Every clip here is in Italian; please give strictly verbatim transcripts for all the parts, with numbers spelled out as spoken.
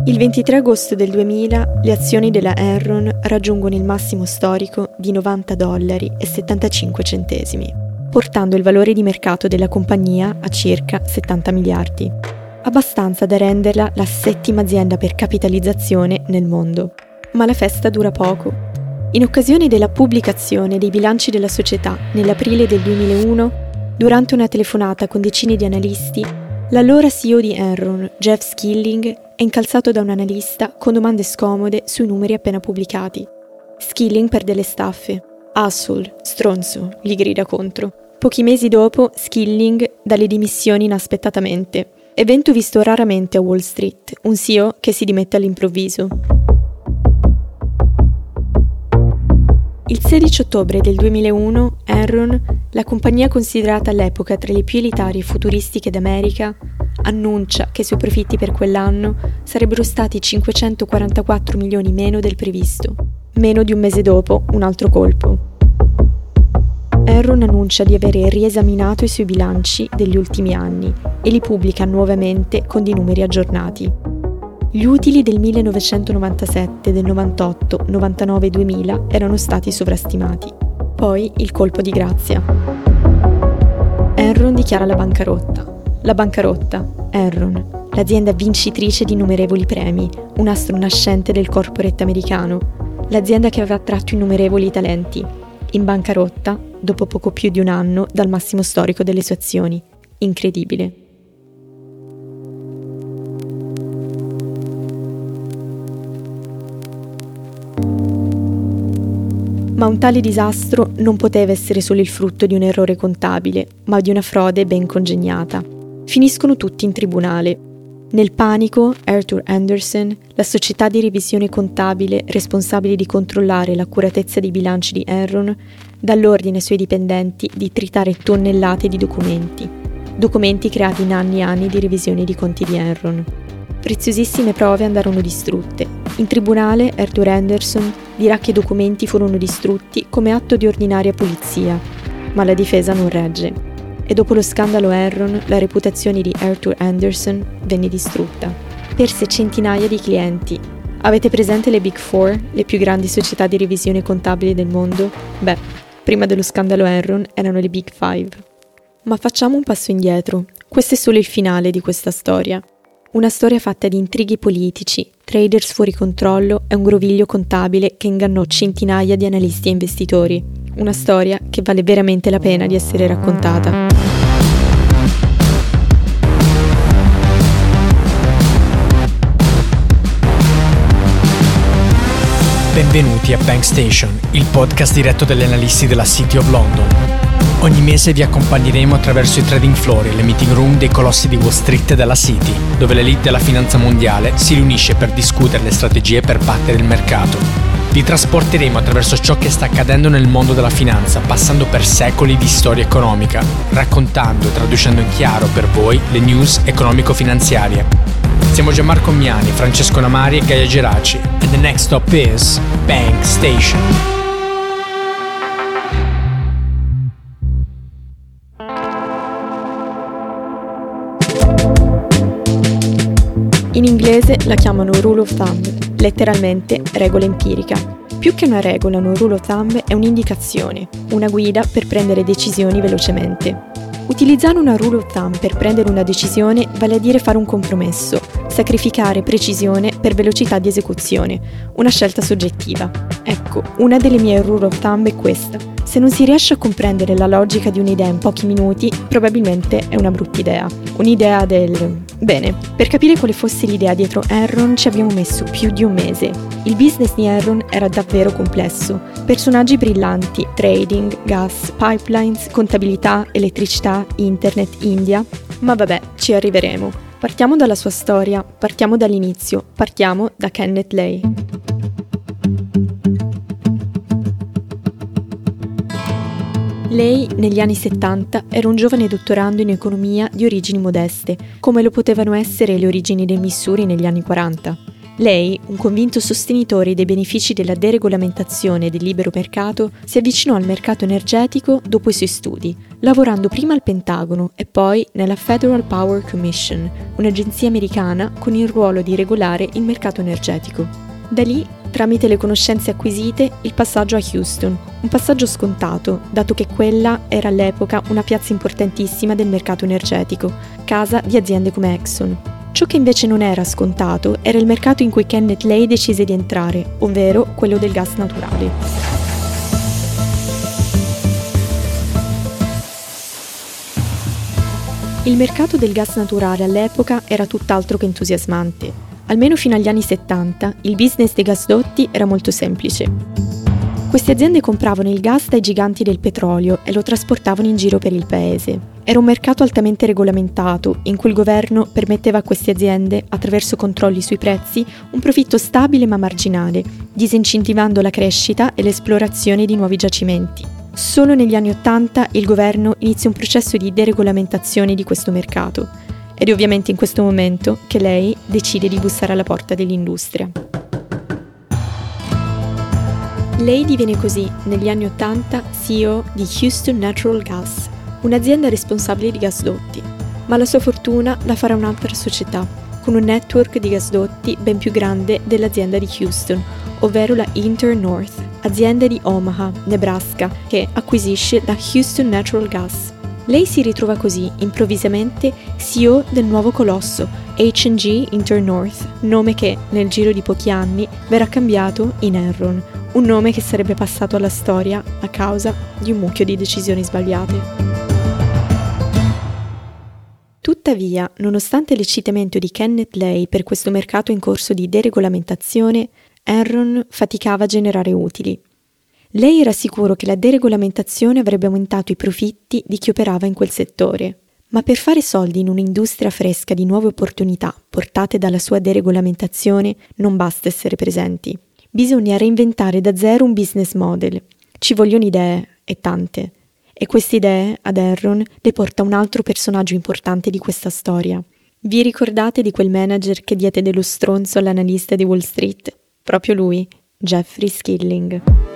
Il ventitré agosto del duemila le azioni della Enron raggiungono il massimo storico di novanta dollari e settantacinque centesimi, portando il valore di mercato della compagnia a circa settanta miliardi, abbastanza da renderla la settima azienda per capitalizzazione nel mondo. Ma la festa dura poco. In occasione della pubblicazione dei bilanci della società nell'aprile del duemilauno, durante una telefonata con decine di analisti, l'allora C E O di Enron, Jeff Skilling, è incalzato da un analista con domande scomode sui numeri appena pubblicati. Skilling perde le staffe. Asshole, stronzo, gli grida contro. Pochi mesi dopo, Skilling dà le dimissioni inaspettatamente. Evento visto raramente a Wall Street, un C E O che si dimette all'improvviso. Il sedici ottobre del duemilauno, Enron, la compagnia considerata all'epoca tra le più elitarie e futuristiche d'America, annuncia che i suoi profitti per quell'anno sarebbero stati cinquecentoquarantaquattro milioni meno del previsto. Meno di un mese dopo, un altro colpo. Enron annuncia di avere riesaminato i suoi bilanci degli ultimi anni e li pubblica nuovamente con dei numeri aggiornati. Gli utili del millenovecentonovantasette, del novantotto, novantanove e duemila erano stati sovrastimati. Poi il colpo di grazia. Enron dichiara la bancarotta. La bancarotta, Enron, l'azienda vincitrice di innumerevoli premi, un astro nascente del corporate americano, l'azienda che aveva attratto innumerevoli talenti, in bancarotta dopo poco più di un anno dal massimo storico delle sue azioni. Incredibile. Ma un tale disastro non poteva essere solo il frutto di un errore contabile, ma di una frode ben congegnata. Finiscono tutti in tribunale. Nel panico, Arthur Andersen, la società di revisione contabile responsabile di controllare l'accuratezza dei bilanci di Enron, dà l'ordine ai suoi dipendenti di tritare tonnellate di documenti. Documenti creati in anni e anni di revisione di conti di Enron. Preziosissime prove andarono distrutte. In tribunale, Arthur Andersen dirà che i documenti furono distrutti come atto di ordinaria pulizia, ma la difesa non regge. E dopo lo scandalo Enron, la reputazione di Arthur Andersen venne distrutta. Perse centinaia di clienti. Avete presente le Big Four, le più grandi società di revisione contabile del mondo? Beh, prima dello scandalo Enron erano le Big Five. Ma facciamo un passo indietro. Questo è solo il finale di questa storia. Una storia fatta di intrighi politici, traders fuori controllo e un groviglio contabile che ingannò centinaia di analisti e investitori. Una storia che vale veramente la pena di essere raccontata. Benvenuti a Bank Station, il podcast diretto dagli analisti della City of London. Ogni mese vi accompagneremo attraverso i trading floor e le meeting room dei colossi di Wall Street e della City, dove l'elite della finanza mondiale si riunisce per discutere le strategie per battere il mercato. Vi trasporteremo attraverso ciò che sta accadendo nel mondo della finanza, passando per secoli di storia economica, raccontando e traducendo in chiaro per voi le news economico-finanziarie. Siamo Gianmarco Miani, Francesco Namari e Gaia Geraci, and the next stop is Bank Station. In inglese la chiamano rule of thumb, letteralmente regola empirica. Più che una regola, un rule of thumb è un'indicazione, una guida per prendere decisioni velocemente. Utilizzare una rule of thumb per prendere una decisione vale a dire fare un compromesso, sacrificare precisione per velocità di esecuzione, una scelta soggettiva. Ecco, una delle mie rule of thumb è questa. Se non si riesce a comprendere la logica di un'idea in pochi minuti, probabilmente è una brutta idea. Un'idea del... Bene, per capire quale fosse l'idea dietro Enron ci abbiamo messo più di un mese. Il business di Enron era davvero complesso. Personaggi brillanti, trading, gas, pipelines, contabilità, elettricità, internet, India. Ma vabbè, ci arriveremo. Partiamo dalla sua storia, partiamo dall'inizio, partiamo da Kenneth Lay. Lei, negli anni settanta, era un giovane dottorando in economia di origini modeste, come lo potevano essere le origini del Missouri negli anni quaranta. Lei, un convinto sostenitore dei benefici della deregolamentazione e del libero mercato, si avvicinò al mercato energetico dopo i suoi studi, lavorando prima al Pentagono e poi nella Federal Power Commission, un'agenzia americana con il ruolo di regolare il mercato energetico. Da lì, tramite le conoscenze acquisite, il passaggio a Houston, un passaggio scontato, dato che quella era all'epoca una piazza importantissima del mercato energetico, casa di aziende come Exxon. Ciò che invece non era scontato era il mercato in cui Kenneth Lay decise di entrare, ovvero quello del gas naturale. Il mercato del gas naturale all'epoca era tutt'altro che entusiasmante. Almeno fino agli anni settanta, il business dei gasdotti era molto semplice. Queste aziende compravano il gas dai giganti del petrolio e lo trasportavano in giro per il paese. Era un mercato altamente regolamentato, in cui il governo permetteva a queste aziende, attraverso controlli sui prezzi, un profitto stabile ma marginale, disincentivando la crescita e l'esplorazione di nuovi giacimenti. Solo negli anni Ottanta il governo inizia un processo di deregolamentazione di questo mercato, ed è ovviamente in questo momento che lei decide di bussare alla porta dell'industria. Lei diviene così, negli anni Ottanta, C E O di Houston Natural Gas, un'azienda responsabile di gasdotti, ma la sua fortuna la farà un'altra società, con un network di gasdotti ben più grande dell'azienda di Houston, ovvero la Inter-North, azienda di Omaha, Nebraska, che acquisisce la Houston Natural Gas. Lei si ritrova così, improvvisamente, C E O del nuovo colosso, H and G Inter-North, nome che, nel giro di pochi anni, verrà cambiato in Enron, un nome che sarebbe passato alla storia a causa di un mucchio di decisioni sbagliate. Tuttavia, nonostante l'eccitamento di Kenneth Lay per questo mercato in corso di deregolamentazione, Enron faticava a generare utili. Lei era sicuro che la deregolamentazione avrebbe aumentato i profitti di chi operava in quel settore, ma per fare soldi in un'industria fresca di nuove opportunità portate dalla sua deregolamentazione non basta essere presenti. Bisogna reinventare da zero un business model. Ci vogliono idee, e tante. E queste idee, ad Enron, le porta un altro personaggio importante di questa storia. Vi ricordate di quel manager che diede dello stronzo all'analista di Wall Street? Proprio lui, Jeffrey Skilling.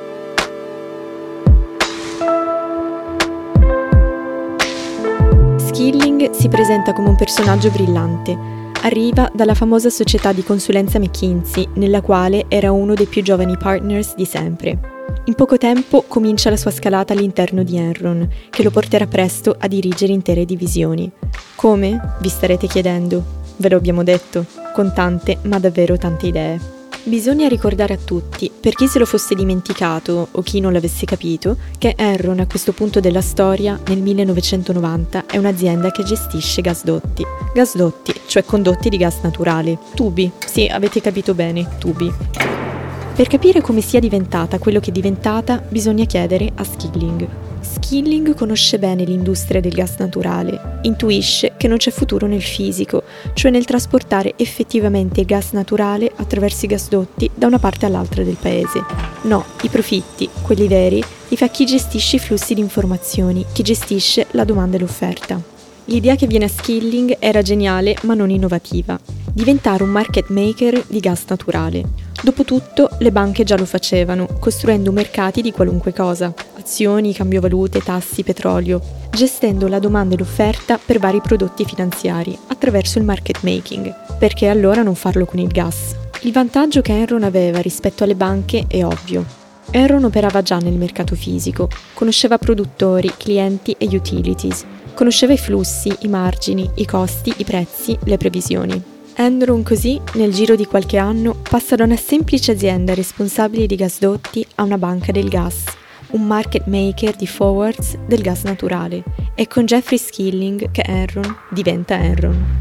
Skilling si presenta come un personaggio brillante. Arriva dalla famosa società di consulenza McKinsey, nella quale era uno dei più giovani partners di sempre. In poco tempo comincia la sua scalata all'interno di Enron, che lo porterà presto a dirigere intere divisioni. Come? Vi starete chiedendo. Ve lo abbiamo detto, con tante, ma davvero tante idee. Bisogna ricordare a tutti, per chi se lo fosse dimenticato o chi non l'avesse capito, che Enron a questo punto della storia, nel millenovecentonovanta, è un'azienda che gestisce gasdotti. Gasdotti, cioè condotti di gas naturale. Tubi, sì, avete capito bene, tubi. Per capire come sia diventata quello che è diventata, bisogna chiedere a Skilling. Skilling conosce bene l'industria del gas naturale, intuisce che non c'è futuro nel fisico, cioè nel trasportare effettivamente il gas naturale attraverso i gasdotti da una parte all'altra del paese. No, i profitti, quelli veri, li fa chi gestisce i flussi di informazioni, chi gestisce la domanda e l'offerta. L'idea che viene a Skilling era geniale ma non innovativa: diventare un market maker di gas naturale. Dopotutto, le banche già lo facevano, costruendo mercati di qualunque cosa: azioni, cambiovalute, tassi, petrolio, gestendo la domanda e l'offerta per vari prodotti finanziari attraverso il market making. Perché allora non farlo con il gas? Il vantaggio che Enron aveva rispetto alle banche è ovvio. Enron operava già nel mercato fisico, conosceva produttori, clienti e utilities, conosceva i flussi, i margini, i costi, i prezzi, le previsioni. Enron così, nel giro di qualche anno, passa da una semplice azienda responsabile di gasdotti a una banca del gas, un market maker di forwards del gas naturale, e con Jeffrey Skilling che Enron diventa Enron.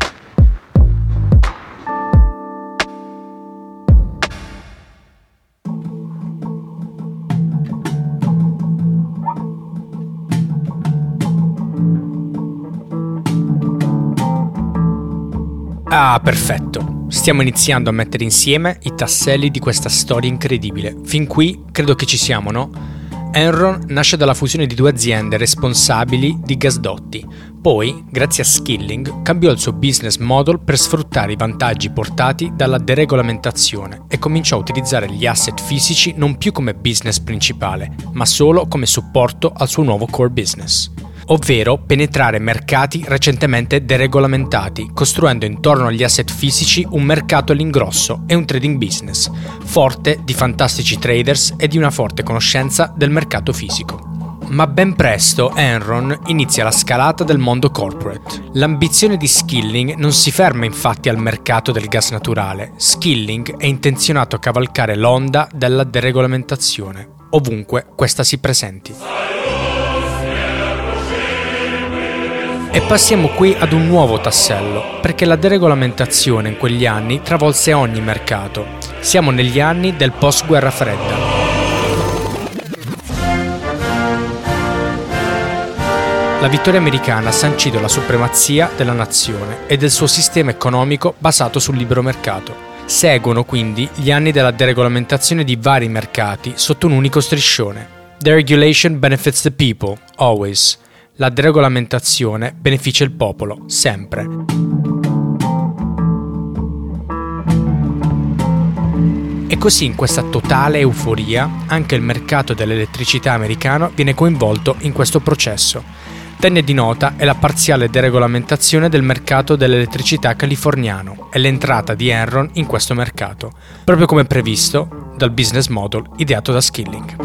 Ah, perfetto. Stiamo iniziando a mettere insieme i tasselli di questa storia incredibile. Fin qui credo che ci siamo, no? Enron nasce dalla fusione di due aziende responsabili di gasdotti. Poi, grazie a Skilling, cambiò il suo business model per sfruttare i vantaggi portati dalla deregolamentazione e cominciò a utilizzare gli asset fisici non più come business principale, ma solo come supporto al suo nuovo core business, ovvero penetrare mercati recentemente deregolamentati, costruendo intorno agli asset fisici un mercato all'ingrosso e un trading business, forte di fantastici traders e di una forte conoscenza del mercato fisico. Ma ben presto Enron inizia la scalata del mondo corporate. L'ambizione di Skilling non si ferma infatti al mercato del gas naturale. Skilling è intenzionato a cavalcare l'onda della deregolamentazione, ovunque questa si presenti. E passiamo qui ad un nuovo tassello, perché la deregolamentazione in quegli anni travolse ogni mercato. Siamo negli anni del post-guerra fredda. La vittoria americana ha sancito la supremazia della nazione e del suo sistema economico basato sul libero mercato. Seguono quindi gli anni della deregolamentazione di vari mercati sotto un unico striscione. Deregulation benefits the people, always. La deregolamentazione beneficia il popolo, sempre. E così in questa totale euforia anche il mercato dell'elettricità americano viene coinvolto in questo processo. Degna di nota è la parziale deregolamentazione del mercato dell'elettricità californiano e l'entrata di Enron in questo mercato, proprio come previsto dal business model ideato da Skilling.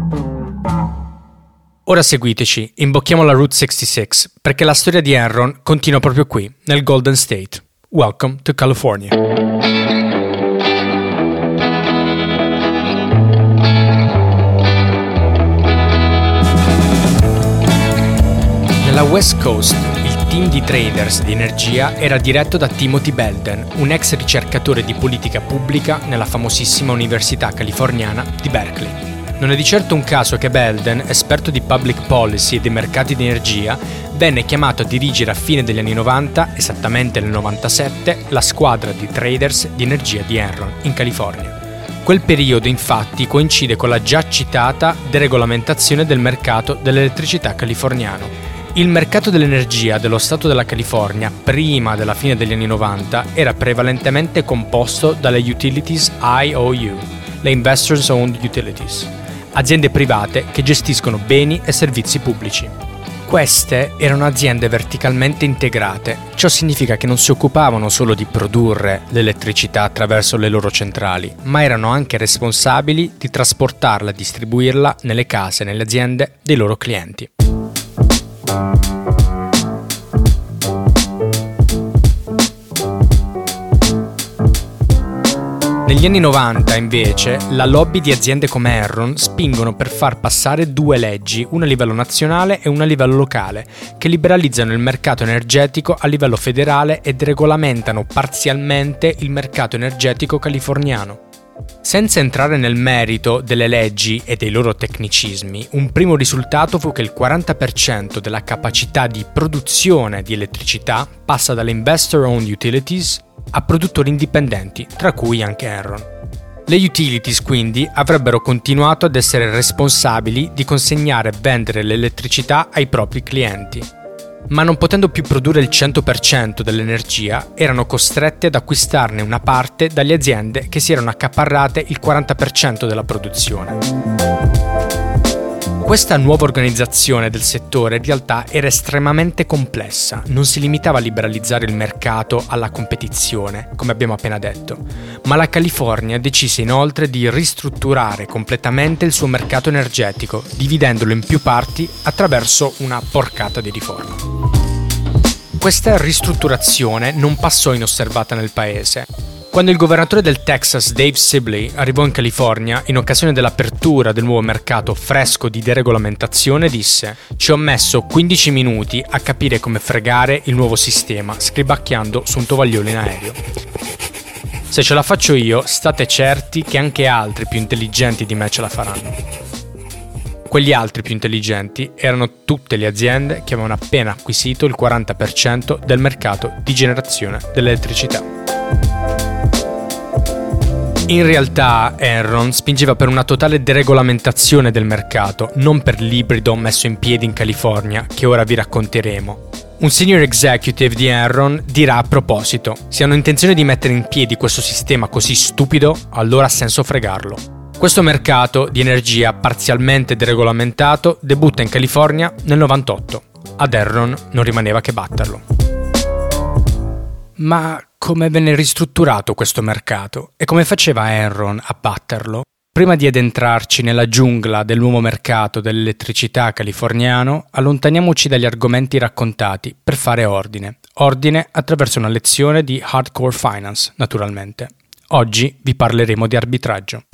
Ora seguiteci, imbocchiamo la Route sessantasei, perché la storia di Enron continua proprio qui, nel Golden State. Welcome to California. Nella West Coast, il team di traders di energia era diretto da Timothy Belden, un ex ricercatore di politica pubblica nella famosissima Università californiana di Berkeley. Non è di certo un caso che Belden, esperto di public policy e dei mercati di energia, venne chiamato a dirigere a fine degli anni novanta, esattamente nel novantasette, la squadra di traders di energia di Enron, in California. Quel periodo, infatti, coincide con la già citata deregolamentazione del mercato dell'elettricità californiano. Il mercato dell'energia dello Stato della California, prima della fine degli anni novanta, era prevalentemente composto dalle Utilities I O U, le Investors Owned Utilities, aziende private che gestiscono beni e servizi pubblici. Queste erano aziende verticalmente integrate, ciò significa che non si occupavano solo di produrre l'elettricità attraverso le loro centrali, ma erano anche responsabili di trasportarla e distribuirla nelle case e nelle aziende dei loro clienti. Negli anni novanta, invece, la lobby di aziende come Enron spingono per far passare due leggi, una a livello nazionale e una a livello locale, che liberalizzano il mercato energetico a livello federale e regolamentano parzialmente il mercato energetico californiano. Senza entrare nel merito delle leggi e dei loro tecnicismi, un primo risultato fu che il quaranta per cento della capacità di produzione di elettricità passa dalle investor-owned utilities a produttori indipendenti, tra cui anche Enron. Le utilities quindi avrebbero continuato ad essere responsabili di consegnare e vendere l'elettricità ai propri clienti, ma non potendo più produrre il cento per cento dell'energia, erano costrette ad acquistarne una parte dalle aziende che si erano accaparrate il quaranta per cento della produzione. Questa nuova organizzazione del settore in realtà era estremamente complessa, non si limitava a liberalizzare il mercato alla competizione, come abbiamo appena detto, ma la California decise inoltre di ristrutturare completamente il suo mercato energetico, dividendolo in più parti attraverso una porcata di riforme. Questa ristrutturazione non passò inosservata nel paese. Quando il governatore del Texas, Dave Sibley, arrivò in California, in occasione dell'apertura del nuovo mercato fresco di deregolamentazione, disse: «Ci ho messo quindici minuti a capire come fregare il nuovo sistema, scribacchiando su un tovagliolo in aereo. Se ce la faccio io, state certi che anche altri più intelligenti di me ce la faranno». Quegli altri più intelligenti erano tutte le aziende che avevano appena acquisito il quaranta per cento del mercato di generazione dell'elettricità. In realtà Enron spingeva per una totale deregolamentazione del mercato, non per l'ibrido messo in piedi in California, che ora vi racconteremo. Un senior executive di Enron dirà a proposito: se hanno intenzione di mettere in piedi questo sistema così stupido, allora ha senso fregarlo. Questo mercato di energia parzialmente deregolamentato debutta in California nel novantotto. Ad Enron non rimaneva che batterlo. Ma come venne ristrutturato questo mercato e come faceva Enron a batterlo? Prima di addentrarci nella giungla del nuovo mercato dell'elettricità californiano, allontaniamoci dagli argomenti raccontati per fare ordine. Ordine attraverso una lezione di hardcore finance, naturalmente. Oggi vi parleremo di arbitraggio.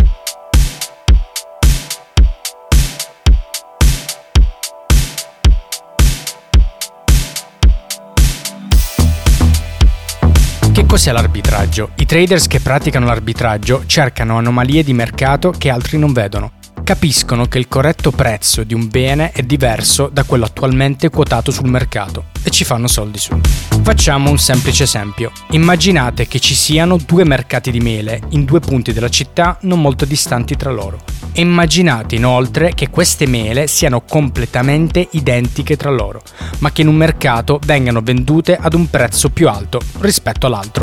Che cos'è l'arbitraggio? I traders che praticano l'arbitraggio cercano anomalie di mercato che altri non vedono. Capiscono che il corretto prezzo di un bene è diverso da quello attualmente quotato sul mercato e ci fanno soldi su. Facciamo un semplice esempio. Immaginate che ci siano due mercati di mele in due punti della città non molto distanti tra loro. E immaginate inoltre che queste mele siano completamente identiche tra loro, ma che in un mercato vengano vendute ad un prezzo più alto rispetto all'altro.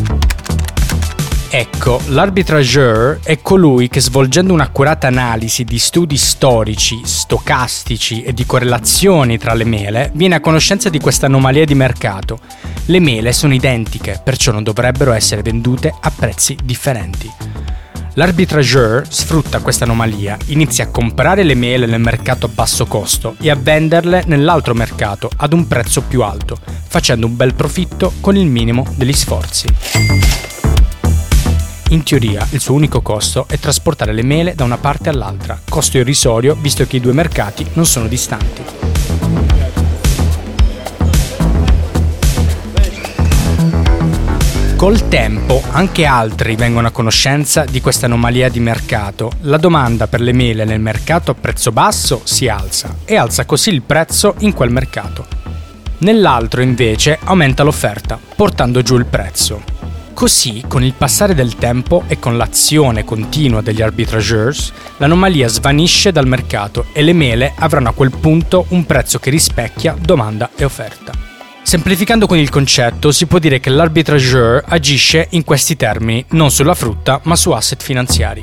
Ecco, l'arbitrageur è colui che, svolgendo un'accurata analisi di studi storici, stocastici e di correlazioni tra le mele, viene a conoscenza di questa anomalia di mercato. Le mele sono identiche, perciò non dovrebbero essere vendute a prezzi differenti. L'arbitrageur sfrutta questa anomalia, inizia a comprare le mele nel mercato a basso costo e a venderle nell'altro mercato ad un prezzo più alto, facendo un bel profitto con il minimo degli sforzi. In teoria, il suo unico costo è trasportare le mele da una parte all'altra, costo irrisorio visto che i due mercati non sono distanti. Col tempo, anche altri vengono a conoscenza di questa anomalia di mercato. La domanda per le mele nel mercato a prezzo basso si alza e alza così il prezzo in quel mercato. Nell'altro, invece, aumenta l'offerta, portando giù il prezzo. Così, con il passare del tempo e con l'azione continua degli arbitrageurs, l'anomalia svanisce dal mercato e le mele avranno a quel punto un prezzo che rispecchia domanda e offerta. Semplificando con il concetto, si può dire che l'arbitrageur agisce in questi termini, non sulla frutta, ma su asset finanziari.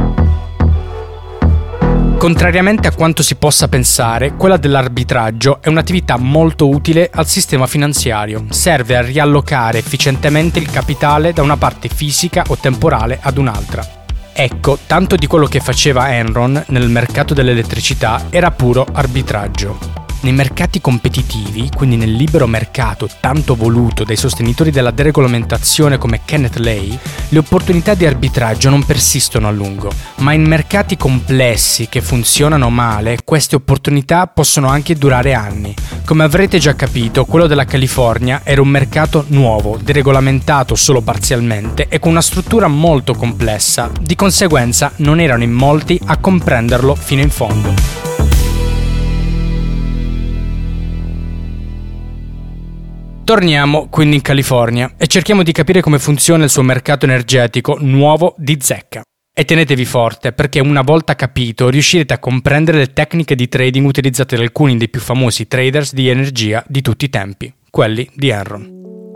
Contrariamente a quanto si possa pensare, quella dell'arbitraggio è un'attività molto utile al sistema finanziario. Serve a riallocare efficientemente il capitale da una parte fisica o temporale ad un'altra. Ecco, tanto di quello che faceva Enron nel mercato dell'elettricità era puro arbitraggio. Nei mercati competitivi, quindi nel libero mercato tanto voluto dai sostenitori della deregolamentazione come Kenneth Lay, le opportunità di arbitraggio non persistono a lungo, ma in mercati complessi che funzionano male, queste opportunità possono anche durare anni. Come avrete già capito, quello della California era un mercato nuovo, deregolamentato solo parzialmente e con una struttura molto complessa, di conseguenza non erano in molti a comprenderlo fino in fondo. Torniamo quindi in California e cerchiamo di capire come funziona il suo mercato energetico nuovo di zecca. E tenetevi forte, perché una volta capito riuscirete a comprendere le tecniche di trading utilizzate da alcuni dei più famosi traders di energia di tutti i tempi, quelli di Enron.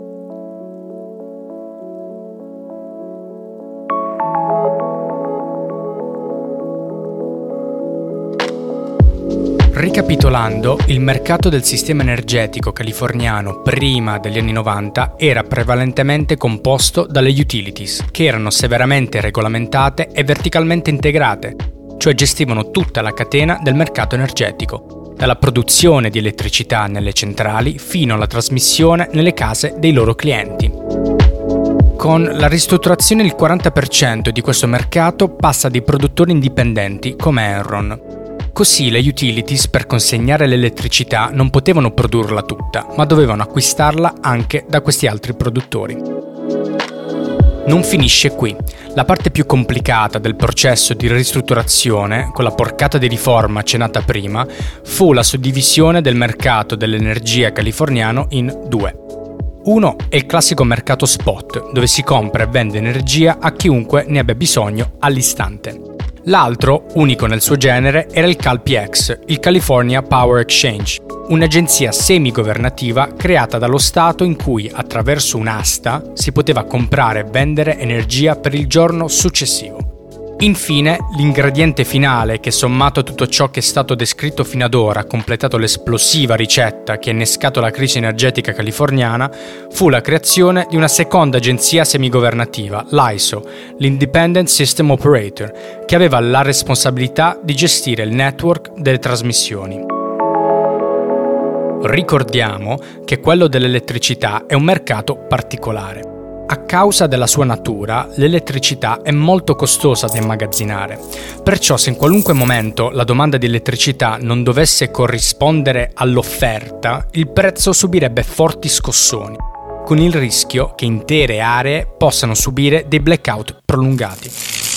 Ricapitolando, il mercato del sistema energetico californiano prima degli anni novanta era prevalentemente composto dalle utilities, che erano severamente regolamentate e verticalmente integrate, cioè gestivano tutta la catena del mercato energetico, dalla produzione di elettricità nelle centrali fino alla trasmissione nelle case dei loro clienti. Con la ristrutturazione il quaranta per cento di questo mercato passa a dei produttori indipendenti come Enron. Così le utilities, per consegnare l'elettricità, non potevano produrla tutta, ma dovevano acquistarla anche da questi altri produttori. Non finisce qui. La parte più complicata del processo di ristrutturazione, con la porcata di riforma accennata prima, fu la suddivisione del mercato dell'energia californiano in due. Uno è il classico mercato spot, dove si compra e vende energia a chiunque ne abbia bisogno all'istante. L'altro, unico nel suo genere, era il C A L P X, il California Power Exchange, un'agenzia semi-governativa creata dallo Stato in cui, attraverso un'asta, si poteva comprare e vendere energia per il giorno successivo. Infine, l'ingrediente finale che, sommato a tutto ciò che è stato descritto fino ad ora, ha completato l'esplosiva ricetta che ha innescato la crisi energetica californiana, fu la creazione di una seconda agenzia semigovernativa, l'I S O, l'Independent System Operator, che aveva la responsabilità di gestire il network delle trasmissioni. Ricordiamo che quello dell'elettricità è un mercato particolare. A causa della sua natura, l'elettricità è molto costosa da immagazzinare. Perciò, se in qualunque momento la domanda di elettricità non dovesse corrispondere all'offerta, il prezzo subirebbe forti scossoni, con il rischio che intere aree possano subire dei blackout prolungati.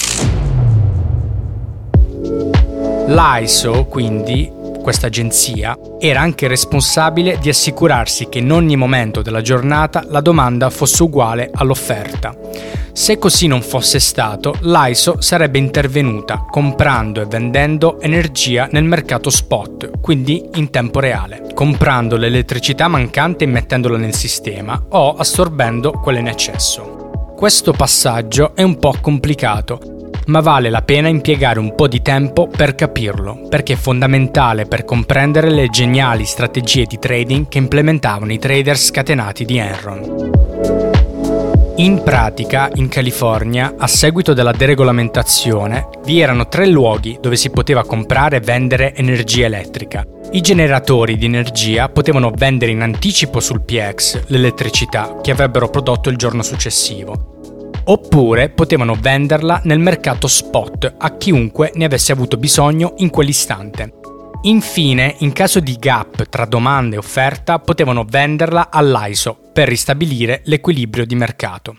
L'I S O, quindi, questa agenzia, era anche responsabile di assicurarsi che in ogni momento della giornata la domanda fosse uguale all'offerta. Se così non fosse stato, l'I S O sarebbe intervenuta comprando e vendendo energia nel mercato spot, quindi in tempo reale, comprando l'elettricità mancante e mettendola nel sistema o assorbendo quella in eccesso. Questo passaggio è un po' complicato, ma vale la pena impiegare un po' di tempo per capirlo, perché è fondamentale per comprendere le geniali strategie di trading che implementavano i trader scatenati di Enron. In pratica, in California, a seguito della deregolamentazione, vi erano tre luoghi dove si poteva comprare e vendere energia elettrica. I generatori di energia potevano vendere in anticipo sul P X l'elettricità che avrebbero prodotto il giorno successivo, oppure potevano venderla nel mercato spot a chiunque ne avesse avuto bisogno in quell'istante. Infine, in caso di gap tra domanda e offerta, potevano venderla all'I S O per ristabilire l'equilibrio di mercato.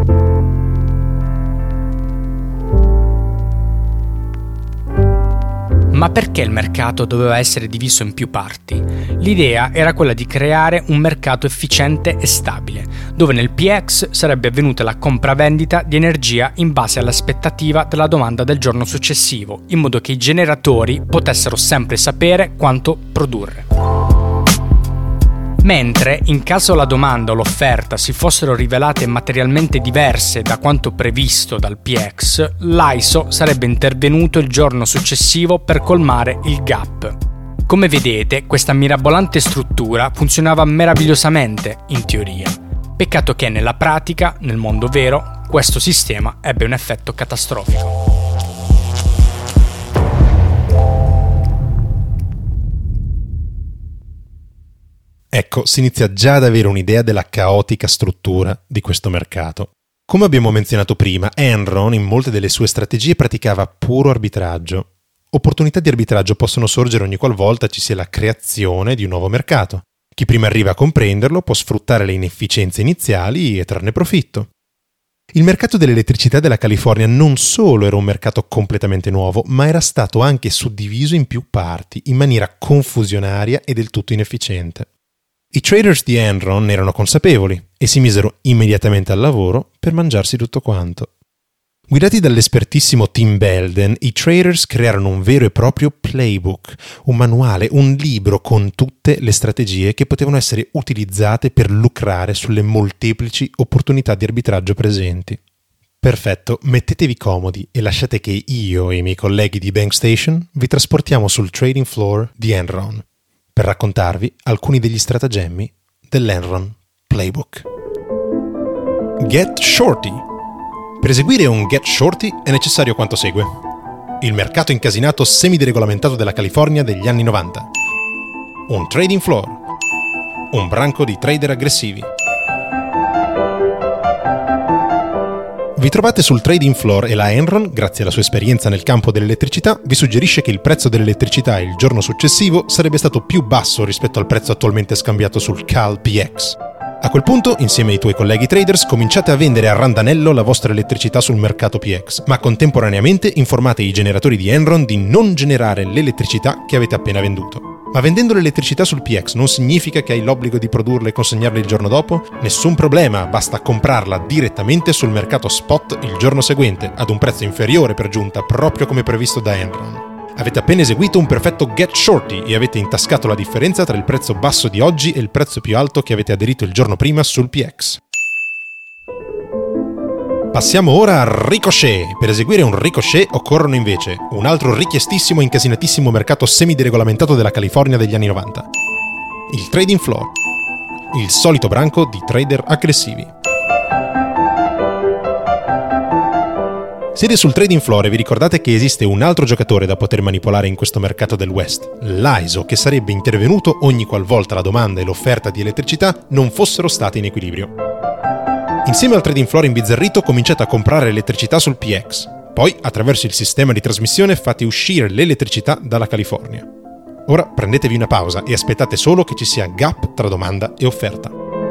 Ma perché il mercato doveva essere diviso in più parti? L'idea era quella di creare un mercato efficiente e stabile, dove nel P X sarebbe avvenuta la compravendita di energia in base all'aspettativa della domanda del giorno successivo, in modo che i generatori potessero sempre sapere quanto produrre. Mentre, in caso la domanda o l'offerta si fossero rivelate materialmente diverse da quanto previsto dal P X, l'I S O sarebbe intervenuto il giorno successivo per colmare il gap. Come vedete, questa mirabolante struttura funzionava meravigliosamente in teoria. Peccato che nella pratica, nel mondo vero, questo sistema ebbe un effetto catastrofico. Ecco, si inizia già ad avere un'idea della caotica struttura di questo mercato. Come abbiamo menzionato prima, Enron in molte delle sue strategie praticava puro arbitraggio. Opportunità di arbitraggio possono sorgere ogni qualvolta ci sia la creazione di un nuovo mercato. Chi prima arriva a comprenderlo può sfruttare le inefficienze iniziali e trarne profitto. Il mercato dell'elettricità della California non solo era un mercato completamente nuovo, ma era stato anche suddiviso in più parti, in maniera confusionaria e del tutto inefficiente. I traders di Enron ne erano consapevoli e si misero immediatamente al lavoro per mangiarsi tutto quanto. Guidati dall'espertissimo Tim Belden, i traders crearono un vero e proprio playbook, un manuale, un libro con tutte le strategie che potevano essere utilizzate per lucrare sulle molteplici opportunità di arbitraggio presenti. Perfetto, mettetevi comodi e lasciate che io e i miei colleghi di Bank Station vi trasportiamo sul trading floor di Enron per raccontarvi alcuni degli stratagemmi dell'Enron Playbook. Get Shorty. Per eseguire un Get Shorty è necessario quanto segue. Il mercato incasinato semideregolamentato della California degli anni novanta. Un trading floor. Un branco di trader aggressivi. Vi trovate sul trading floor e la Enron, grazie alla sua esperienza nel campo dell'elettricità, vi suggerisce che il prezzo dell'elettricità il giorno successivo sarebbe stato più basso rispetto al prezzo attualmente scambiato sul C A L P X. A quel punto, insieme ai tuoi colleghi traders, cominciate a vendere a randanello la vostra elettricità sul mercato P X, ma contemporaneamente informate i generatori di Enron di non generare l'elettricità che avete appena venduto. Ma vendendo l'elettricità sul P X non significa che hai l'obbligo di produrla e consegnarla il giorno dopo? Nessun problema, basta comprarla direttamente sul mercato spot il giorno seguente, ad un prezzo inferiore per giunta, proprio come previsto da Enron. Avete appena eseguito un perfetto get shorty e avete intascato la differenza tra il prezzo basso di oggi e il prezzo più alto che avete aderito il giorno prima sul P X. Passiamo ora al ricochet. Per eseguire un ricochet occorrono invece un altro richiestissimo e incasinatissimo mercato semideregolamentato della California degli anni novanta. Il trading floor. Il solito branco di trader aggressivi. Siete sul trading floor e vi ricordate che esiste un altro giocatore da poter manipolare in questo mercato del West, l'I S O, che sarebbe intervenuto ogni qualvolta la domanda e l'offerta di elettricità non fossero state in equilibrio. Insieme al trading floor imbizzarrito cominciate a comprare elettricità sul P X. Poi, attraverso il sistema di trasmissione, fate uscire l'elettricità dalla California. Ora prendetevi una pausa e aspettate solo che ci sia gap tra domanda e offerta.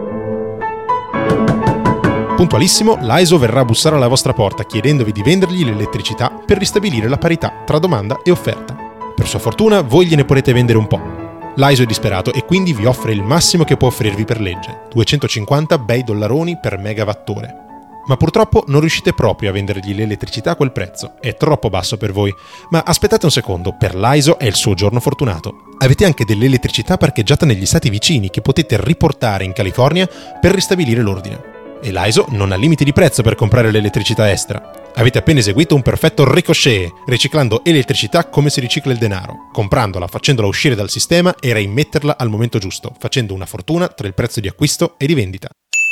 Puntualissimo, l'I S O verrà a bussare alla vostra porta chiedendovi di vendergli l'elettricità per ristabilire la parità tra domanda e offerta. Per sua fortuna, voi gliene potete vendere un po'. L'I S O è disperato e quindi vi offre il massimo che può offrirvi per legge, duecentocinquanta bei dollaroni per megawattore. Ma purtroppo non riuscite proprio a vendergli l'elettricità a quel prezzo, è troppo basso per voi. Ma aspettate un secondo, per l'I S O è il suo giorno fortunato. Avete anche dell'elettricità parcheggiata negli stati vicini che potete riportare in California per ristabilire l'ordine. E l'I S O non ha limiti di prezzo per comprare l'elettricità estera. Avete appena eseguito un perfetto ricochet, riciclando elettricità come si ricicla il denaro, comprandola, facendola uscire dal sistema e reimmetterla al momento giusto, facendo una fortuna tra il prezzo di acquisto e di vendita.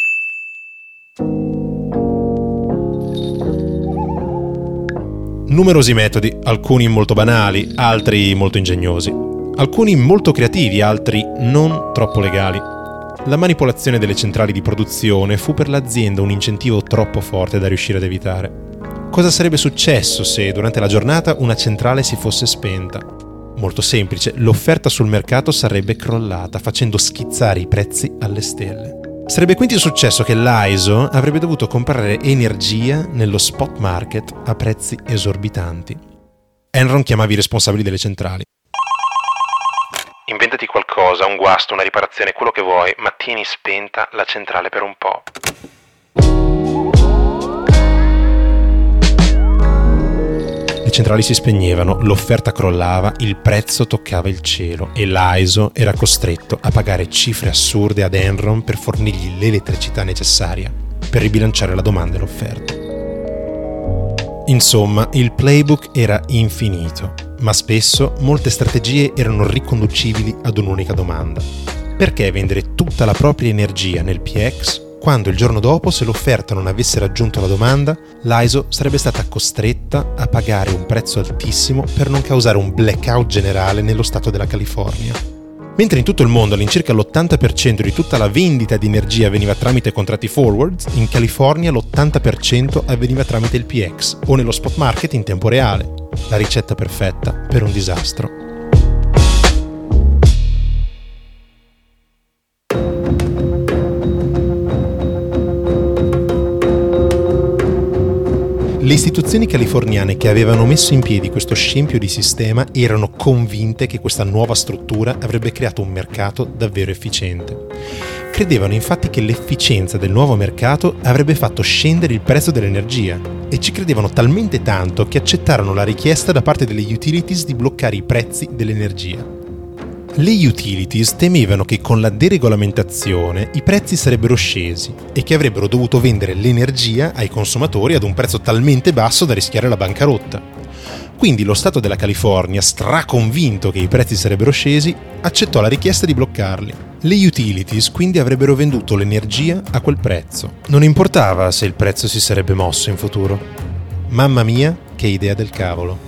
Numerosi metodi, alcuni molto banali, altri molto ingegnosi, alcuni molto creativi, altri non troppo legali. La manipolazione delle centrali di produzione fu per l'azienda un incentivo troppo forte da riuscire ad evitare. Cosa sarebbe successo se durante la giornata una centrale si fosse spenta? Molto semplice, l'offerta sul mercato sarebbe crollata, facendo schizzare i prezzi alle stelle. Sarebbe quindi successo che l'I S O avrebbe dovuto comprare energia nello spot market a prezzi esorbitanti. Enron chiamava i responsabili delle centrali. Inventati qualcosa, un guasto, una riparazione, quello che vuoi, ma tieni spenta la centrale per un po'. Le centrali si spegnevano, l'offerta crollava, il prezzo toccava il cielo e l'I S O era costretto a pagare cifre assurde ad Enron per fornirgli l'elettricità necessaria per ribilanciare la domanda e l'offerta. Insomma, il playbook era infinito, ma spesso molte strategie erano riconducibili ad un'unica domanda. Perché vendere tutta la propria energia nel P X quando il giorno dopo, se l'offerta non avesse raggiunto la domanda, l'I S O sarebbe stata costretta a pagare un prezzo altissimo per non causare un blackout generale nello stato della California? Mentre in tutto il mondo all'incirca l'ottanta per cento di tutta la vendita di energia avveniva tramite contratti forward, in California l'ottanta per cento avveniva tramite il P X o nello spot market in tempo reale. La ricetta perfetta per un disastro. Le istituzioni californiane che avevano messo in piedi questo scempio di sistema erano convinte che questa nuova struttura avrebbe creato un mercato davvero efficiente. Credevano infatti che l'efficienza del nuovo mercato avrebbe fatto scendere il prezzo dell'energia e ci credevano talmente tanto che accettarono la richiesta da parte delle utilities di bloccare i prezzi dell'energia. Le utilities temevano che con la deregolamentazione i prezzi sarebbero scesi e che avrebbero dovuto vendere l'energia ai consumatori ad un prezzo talmente basso da rischiare la bancarotta. Quindi lo Stato della California, straconvinto che i prezzi sarebbero scesi, accettò la richiesta di bloccarli. Le utilities quindi avrebbero venduto l'energia a quel prezzo. Non importava se il prezzo si sarebbe mosso in futuro. Mamma mia, che idea del cavolo!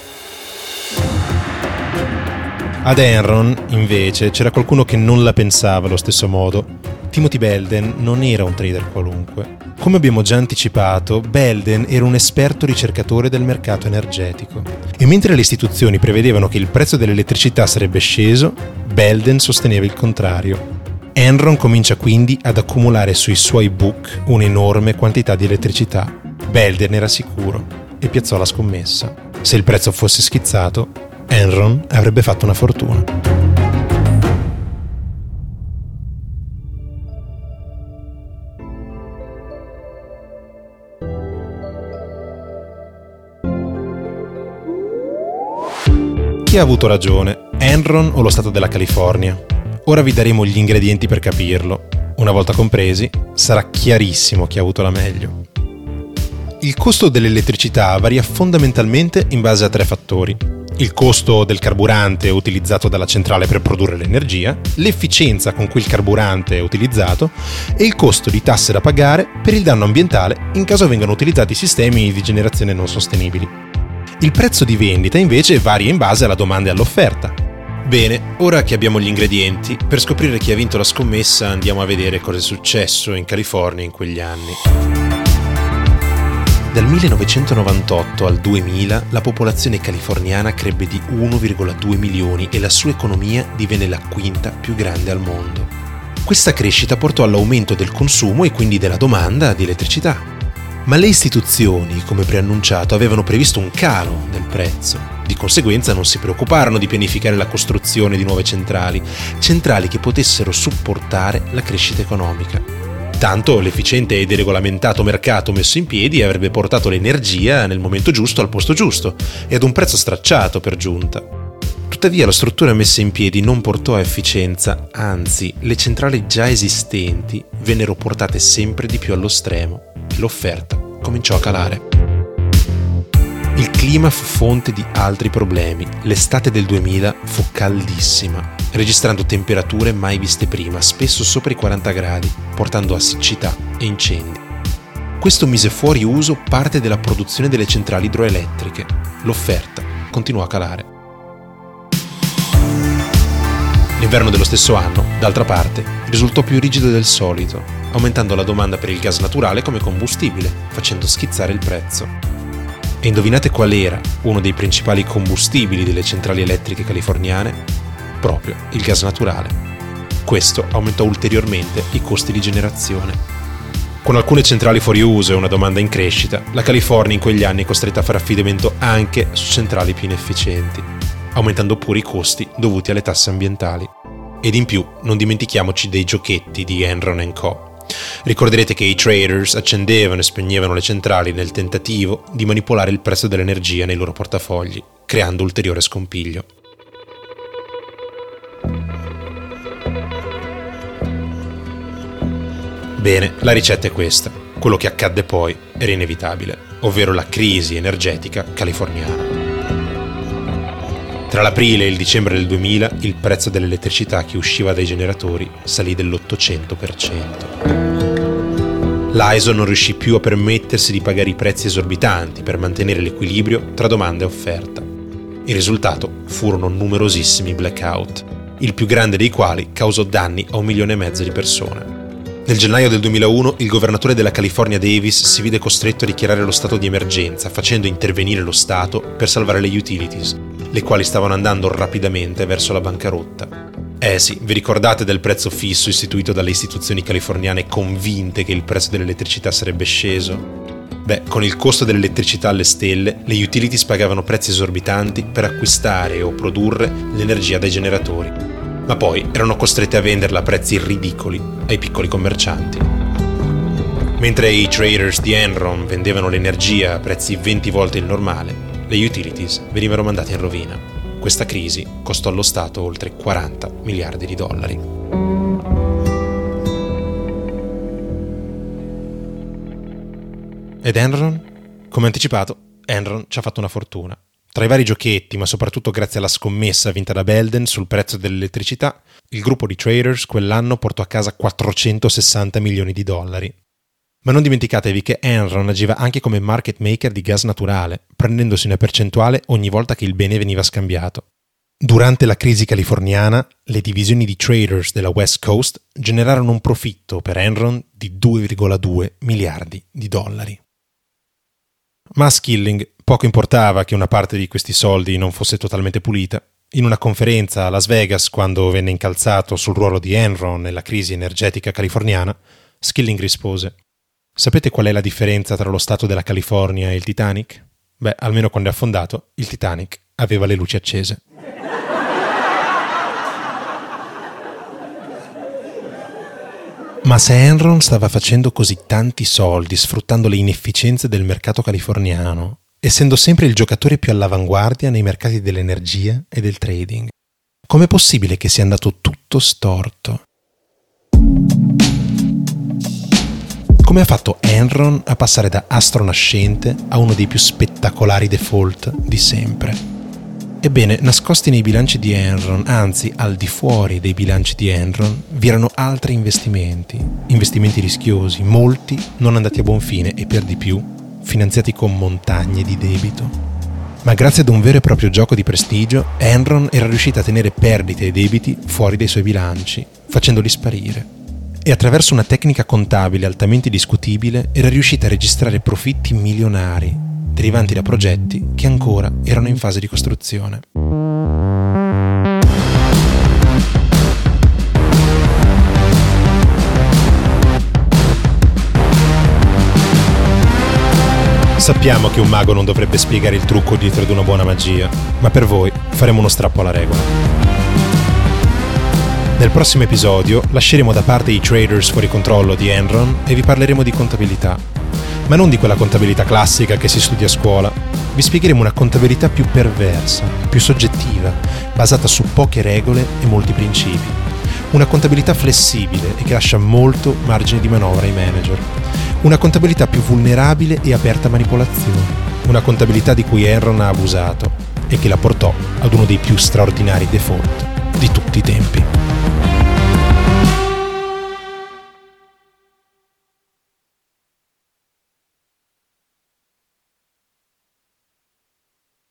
Ad Enron, invece, c'era qualcuno che non la pensava allo stesso modo. Timothy Belden non era un trader qualunque. Come abbiamo già anticipato, Belden era un esperto ricercatore del mercato energetico. E mentre le istituzioni prevedevano che il prezzo dell'elettricità sarebbe sceso, Belden sosteneva il contrario. Enron comincia quindi ad accumulare sui suoi book un'enorme quantità di elettricità. Belden era sicuro e piazzò la scommessa. Se il prezzo fosse schizzato, Enron avrebbe fatto una fortuna. Chi ha avuto ragione, Enron o lo Stato della California? Ora vi daremo gli ingredienti per capirlo. Una volta compresi, sarà chiarissimo chi ha avuto la meglio. Il costo dell'elettricità varia fondamentalmente in base a tre fattori: il costo del carburante utilizzato dalla centrale per produrre l'energia, l'efficienza con cui il carburante è utilizzato e il costo di tasse da pagare per il danno ambientale in caso vengano utilizzati sistemi di generazione non sostenibili. Il prezzo di vendita invece varia in base alla domanda e all'offerta. Bene, ora che abbiamo gli ingredienti, per scoprire chi ha vinto la scommessa andiamo a vedere cosa è successo in California in quegli anni. Dal millenovecentonovantotto al duemila la popolazione californiana crebbe di uno virgola due milioni e la sua economia divenne la quinta più grande al mondo. Questa crescita portò all'aumento del consumo e quindi della domanda di elettricità. Ma le istituzioni, come preannunciato, avevano previsto un calo del prezzo. Di conseguenza non si preoccuparono di pianificare la costruzione di nuove centrali, centrali che potessero supportare la crescita economica. Tanto l'efficiente e deregolamentato mercato messo in piedi avrebbe portato l'energia nel momento giusto al posto giusto e ad un prezzo stracciato per giunta. Tuttavia la struttura messa in piedi non portò a efficienza, anzi le centrali già esistenti vennero portate sempre di più allo stremo e l'offerta cominciò a calare. Il clima fu fonte di altri problemi. L'estate del duemila fu caldissima, registrando temperature mai viste prima, spesso sopra i quaranta gradi, portando a siccità e incendi. Questo mise fuori uso parte della produzione delle centrali idroelettriche. L'offerta continuò a calare. L'inverno dello stesso anno, d'altra parte, risultò più rigido del solito, aumentando la domanda per il gas naturale come combustibile, facendo schizzare il prezzo. E indovinate qual era uno dei principali combustibili delle centrali elettriche californiane? Proprio il gas naturale. Questo aumentò ulteriormente i costi di generazione. Con alcune centrali fuori uso e una domanda in crescita, la California in quegli anni è costretta a fare affidamento anche su centrali più inefficienti, aumentando pure i costi dovuti alle tasse ambientali. Ed in più, non dimentichiamoci dei giochetti di Enron and Co. Ricorderete che i traders accendevano e spegnevano le centrali nel tentativo di manipolare il prezzo dell'energia nei loro portafogli, creando ulteriore scompiglio. Bene, la ricetta è questa. Quello che accadde poi era inevitabile, ovvero la crisi energetica californiana. Tra l'aprile e il dicembre del duemila il prezzo dell'elettricità che usciva dai generatori salì dell'ottocento per cento. L'I S O non riuscì più a permettersi di pagare i prezzi esorbitanti per mantenere l'equilibrio tra domanda e offerta. Il risultato furono numerosissimi blackout, il più grande dei quali causò danni a un milione e mezzo di persone. Nel gennaio del duemilauno il governatore della California Davis si vide costretto a dichiarare lo stato di emergenza, facendo intervenire lo Stato per salvare le utilities, le quali stavano andando rapidamente verso la bancarotta. Eh sì, vi ricordate del prezzo fisso istituito dalle istituzioni californiane convinte che il prezzo dell'elettricità sarebbe sceso? Beh, con il costo dell'elettricità alle stelle, le utilities pagavano prezzi esorbitanti per acquistare o produrre l'energia dai generatori, ma poi erano costrette a venderla a prezzi ridicoli ai piccoli commercianti. Mentre i traders di Enron vendevano l'energia a prezzi venti volte il normale, le utilities venivano mandate in rovina. Questa crisi costò allo Stato oltre quaranta miliardi di dollari. Ed Enron? Come anticipato, Enron ci ha fatto una fortuna. Tra i vari giochetti, ma soprattutto grazie alla scommessa vinta da Belden sul prezzo dell'elettricità, il gruppo di traders quell'anno portò a casa quattrocentosessanta milioni di dollari. Ma non dimenticatevi che Enron agiva anche come market maker di gas naturale, prendendosi una percentuale ogni volta che il bene veniva scambiato. Durante la crisi californiana, le divisioni di traders della West Coast generarono un profitto per Enron di due virgola due miliardi di dollari. Ma a Skilling poco importava che una parte di questi soldi non fosse totalmente pulita. In una conferenza a Las Vegas, quando venne incalzato sul ruolo di Enron nella crisi energetica californiana, Skilling rispose: «Sapete qual è la differenza tra lo stato della California e il Titanic? Beh, almeno quando è affondato, il Titanic aveva le luci accese». Ma se Enron stava facendo così tanti soldi sfruttando le inefficienze del mercato californiano, essendo sempre il giocatore più all'avanguardia nei mercati dell'energia e del trading. Com'è possibile che sia andato tutto storto? Come ha fatto Enron a passare da astro nascente a uno dei più spettacolari default di sempre? Ebbene, nascosti nei bilanci di Enron, anzi al di fuori dei bilanci di Enron, vi erano altri investimenti, investimenti rischiosi, molti non andati a buon fine e per di più finanziati con montagne di debito. Ma grazie ad un vero e proprio gioco di prestigio, Enron era riuscita a tenere perdite e debiti fuori dai suoi bilanci, facendoli sparire. E attraverso una tecnica contabile altamente discutibile era riuscita a registrare profitti milionari, derivanti da progetti che ancora erano in fase di costruzione. Sappiamo che un mago non dovrebbe spiegare il trucco dietro ad una buona magia, ma per voi faremo uno strappo alla regola. Nel prossimo episodio lasceremo da parte i traders fuori controllo di Enron e vi parleremo di contabilità. Ma non di quella contabilità classica che si studia a scuola. Vi spiegheremo una contabilità più perversa, più soggettiva, basata su poche regole e molti principi. Una contabilità flessibile e che lascia molto margine di manovra ai manager. Una contabilità più vulnerabile e aperta a manipolazioni. Una contabilità di cui Enron ha abusato e che la portò ad uno dei più straordinari default di tutti i tempi.